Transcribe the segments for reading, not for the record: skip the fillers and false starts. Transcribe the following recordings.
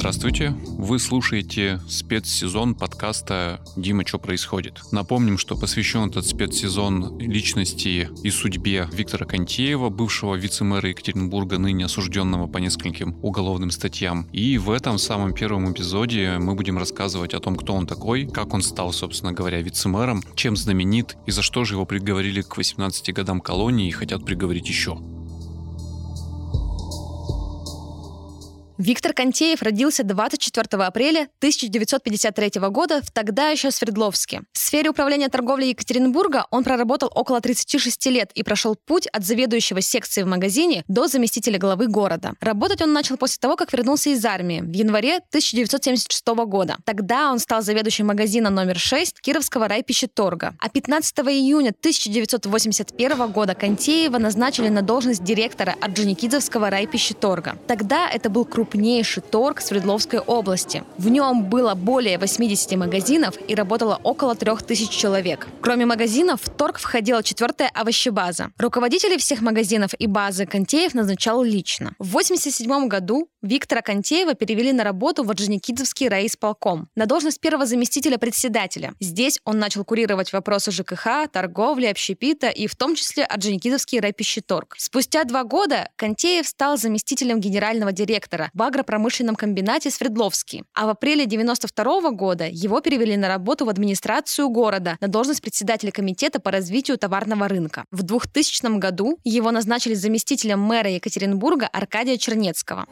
Здравствуйте, вы слушаете спецсезон подкаста «Дима, что происходит?». Напомним, что посвящен этот спецсезон личности и судьбе Виктора Контеева, бывшего вице-мэра Екатеринбурга, ныне осужденного по нескольким уголовным статьям. И в этом самом первом эпизоде мы будем рассказывать о том, кто он такой, как он стал, собственно говоря, вице-мэром, чем знаменит и за что же его приговорили к 18 годам колонии и хотят приговорить еще. Виктор Контеев родился 24 апреля 1953 года в тогда еще Свердловске. В сфере управления торговлей Екатеринбурга он проработал около 36 лет и прошел путь от заведующего секцией в магазине до заместителя главы города. Работать он начал после того, как вернулся из армии в январе 1976 года. Тогда он стал заведующим магазина номер 6 Кировского райпищеторга. А 15 июня 1981 года Контеева назначили на должность директора Орджоникидзевского райпищеторга. Тогда это был крупнейший торг Свердловской области. В нем было более 80 магазинов и работало около 3000 человек. Кроме магазинов, в торг входила 4-я овощебаза. Руководителей всех магазинов и базы Контеев назначал лично. В 1987 году Виктора Контеева перевели на работу в Орджоникидзевский райисполком на должность первого заместителя председателя. Здесь он начал курировать вопросы ЖКХ, торговли, общепита и в том числе Орджоникидзевский райпищеторг. Спустя 2 года Контеев стал заместителем генерального директора в агропромышленном комбинате Свердловский. А в апреле 1992 года его перевели на работу в администрацию города на должность председателя комитета по развитию товарного рынка. В 2000 году его назначили заместителем мэра Екатеринбурга Аркадия Чернецкого.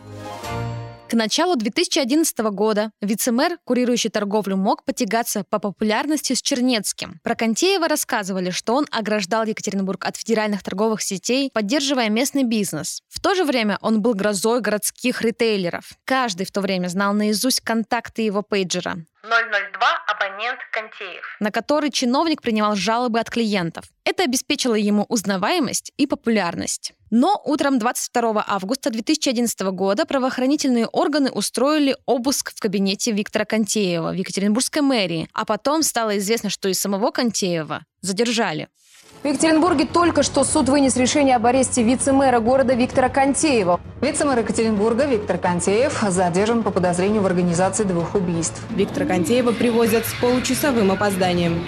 К началу 2011 года вице-мэр, курирующий торговлю, мог потягаться по популярности с Чернецким. Про Контеева рассказывали, что он ограждал Екатеринбург от федеральных торговых сетей, поддерживая местный бизнес. В то же время он был грозой городских ритейлеров. Каждый в то время знал наизусть контакты его пейджера. 002 абонент Контеев, на который чиновник принимал жалобы от клиентов. Это обеспечило ему узнаваемость и популярность. Но утром 22 августа 2011 года правоохранительные органы устроили обыск в кабинете Виктора Контеева в Екатеринбургской мэрии, а потом стало известно, что и самого Контеева задержали. В Екатеринбурге только что суд вынес решение об аресте вице-мэра города Виктора Контеева. Вице-мэр Екатеринбурга Виктор Контеев задержан по подозрению в организации 2 убийств. Виктора Контеева привозят с получасовым опозданием.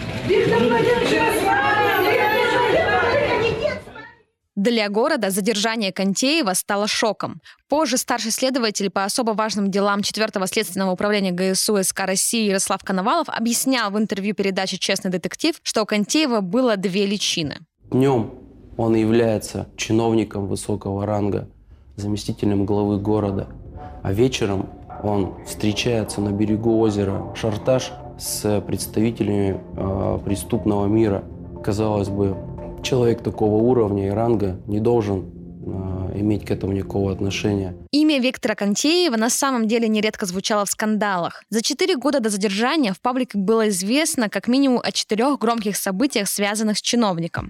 Для города задержание Контеева стало шоком. Позже старший следователь по особо важным делам 4-го следственного управления ГСУ СК России Ярослав Коновалов объяснял в интервью передачи «Честный детектив», что у Контеева было 2 личины. Днем он является чиновником высокого ранга, заместителем главы города, а вечером он встречается на берегу озера Шарташ с представителями преступного мира. Казалось бы, человек такого уровня и ранга не должен иметь к этому никакого отношения. Имя Виктора Контеева на самом деле нередко звучало в скандалах. За 4 года до задержания в паблике было известно как минимум о 4 громких событиях, связанных с чиновником.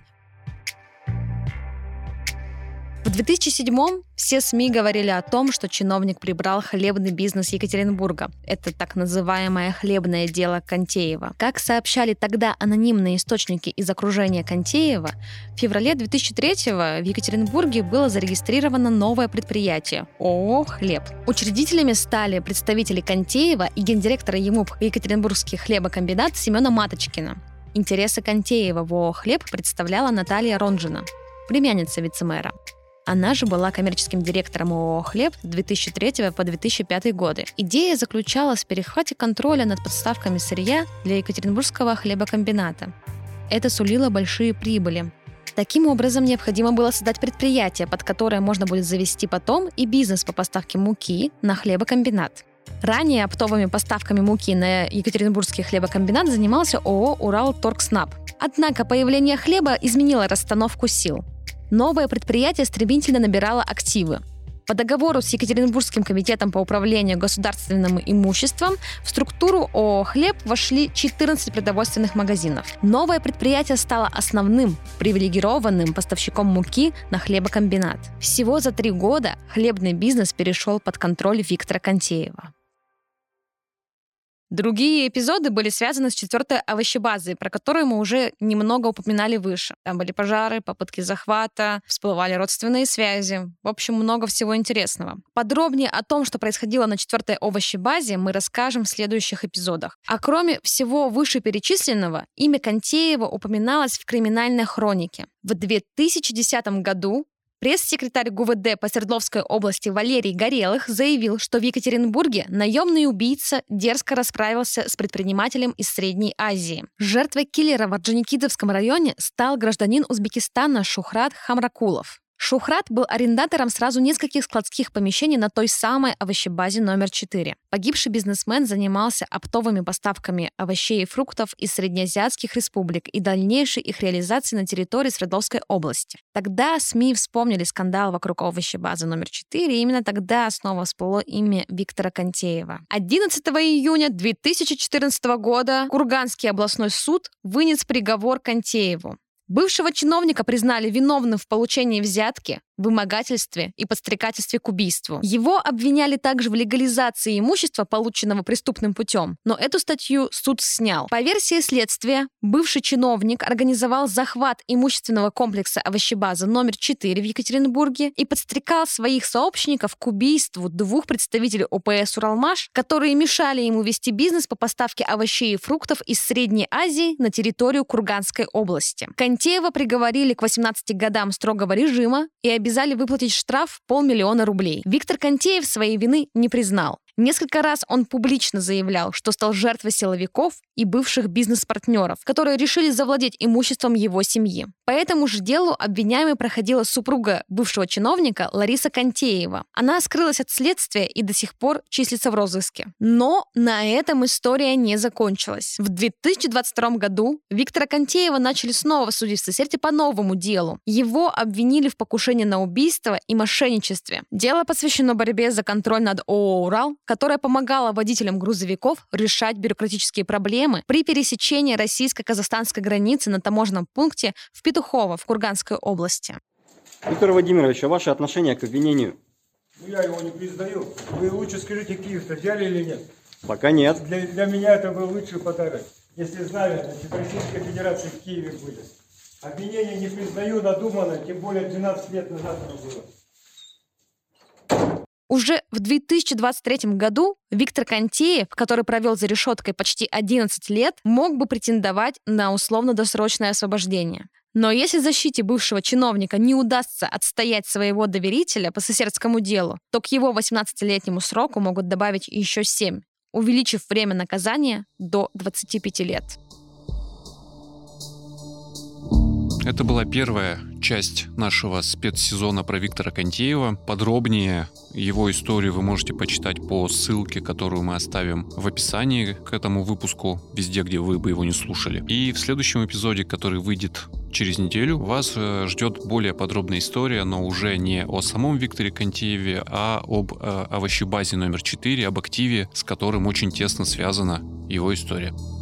В 2007-м все СМИ говорили о том, что чиновник прибрал хлебный бизнес Екатеринбурга. Это так называемое хлебное дело Контеева. Как сообщали тогда анонимные источники из окружения Контеева, в феврале 2003-го в Екатеринбурге было зарегистрировано новое предприятие – ООО «Хлеб». Учредителями стали представители Контеева и гендиректора ЕМУП Екатеринбургский хлебокомбинат Семена Маточкина. Интересы Контеева в ООО «Хлеб» представляла Наталья Ронжина, племянница вице-мэра. Она же была коммерческим директором ООО «Хлеб» с 2003 по 2005 годы. Идея заключалась в перехвате контроля над поставками сырья для Екатеринбургского хлебокомбината. Это сулило большие прибыли. Таким образом, необходимо было создать предприятие, под которое можно будет завести потом и бизнес по поставке муки на хлебокомбинат. Ранее оптовыми поставками муки на Екатеринбургский хлебокомбинат занимался ООО «Уралторгснаб». Однако появление хлеба изменило расстановку сил. Новое предприятие стремительно набирало активы. По договору с Екатеринбургским комитетом по управлению государственным имуществом в структуру ООО «Хлеб» вошли 14 продовольственных магазинов. Новое предприятие стало основным, привилегированным поставщиком муки на хлебокомбинат. Всего за 3 года хлебный бизнес перешел под контроль Виктора Контеева. Другие эпизоды были связаны с 4-й овощебазой, про которую мы уже немного упоминали выше. Там были пожары, попытки захвата, всплывали родственные связи. В общем, много всего интересного. Подробнее о том, что происходило на 4-й овощебазе, мы расскажем в следующих эпизодах. А кроме всего вышеперечисленного, имя Контеева упоминалось в криминальной хронике. В 2010 году пресс-секретарь ГУВД по Свердловской области Валерий Горелых заявил, что в Екатеринбурге наемный убийца дерзко расправился с предпринимателем из Средней Азии. Жертвой киллера в Орджоникидзевском районе стал гражданин Узбекистана Шухрат Хамракулов. Шухрат был арендатором сразу нескольких складских помещений на той самой овощебазе номер 4. Погибший бизнесмен занимался оптовыми поставками овощей и фруктов из среднеазиатских республик и дальнейшей их реализации на территории Свердловской области. Тогда СМИ вспомнили скандал вокруг овощебазы номер 4, и именно тогда снова всплыло имя Виктора Контеева. 11 июня 2014 года Курганский областной суд вынес приговор Контееву. Бывшего чиновника признали виновным в получении взятки, вымогательстве и подстрекательстве к убийству. Его обвиняли также в легализации имущества, полученного преступным путем, но эту статью суд снял. По версии следствия, бывший чиновник организовал захват имущественного комплекса овощебазы номер 4 в Екатеринбурге и подстрекал своих сообщников к убийству 2 представителей ОПС «Уралмаш», которые мешали ему вести бизнес по поставке овощей и фруктов из Средней Азии на территорию Курганской области. Контеева приговорили к 18 годам строгого режима и обязали выплатить штраф в 500 000 рублей. Виктор Контеев своей вины не признал. Несколько раз он публично заявлял, что стал жертвой силовиков и бывших бизнес-партнеров, которые решили завладеть имуществом его семьи. По этому же делу обвиняемой проходила супруга бывшего чиновника Лариса Контеева. Она скрылась от следствия и до сих пор числится в розыске. Но на этом история не закончилась. В 2022 году Виктора Контеева начали снова судить в Сесерте по новому делу. Его обвинили в покушении на убийство и мошенничестве. Дело посвящено борьбе за контроль над ООО «Урал», которая помогала водителям грузовиков решать бюрократические проблемы при пересечении российско-казахстанской границы на таможенном пункте в Петухово в Курганской области. Виктор Владимирович, а ваше отношение к обвинению? Я его не признаю. Вы лучше скажите, Киев-то взяли или нет? Пока нет. Для меня это был лучший подарок. Если знали, значит, Российская Федерация в Киеве будет. Обвинение не признаю, надумано, тем более 12 лет назад оно было. Уже в 2023 году Виктор Контеев, который провел за решеткой почти 11 лет, мог бы претендовать на условно-досрочное освобождение. Но если защите бывшего чиновника не удастся отстоять своего доверителя по сесердскому делу, то к его 18-летнему сроку могут добавить еще 7, увеличив время наказания до 25 лет. Это была первая часть нашего спецсезона про Виктора Контеева. Подробнее его историю вы можете почитать по ссылке, которую мы оставим в описании к этому выпуску, везде, где вы бы его не слушали. И в следующем эпизоде, который выйдет через неделю, вас ждет более подробная история, но уже не о самом Викторе Контееве, а об овощебазе номер 4, об активе, с которым очень тесно связана его история.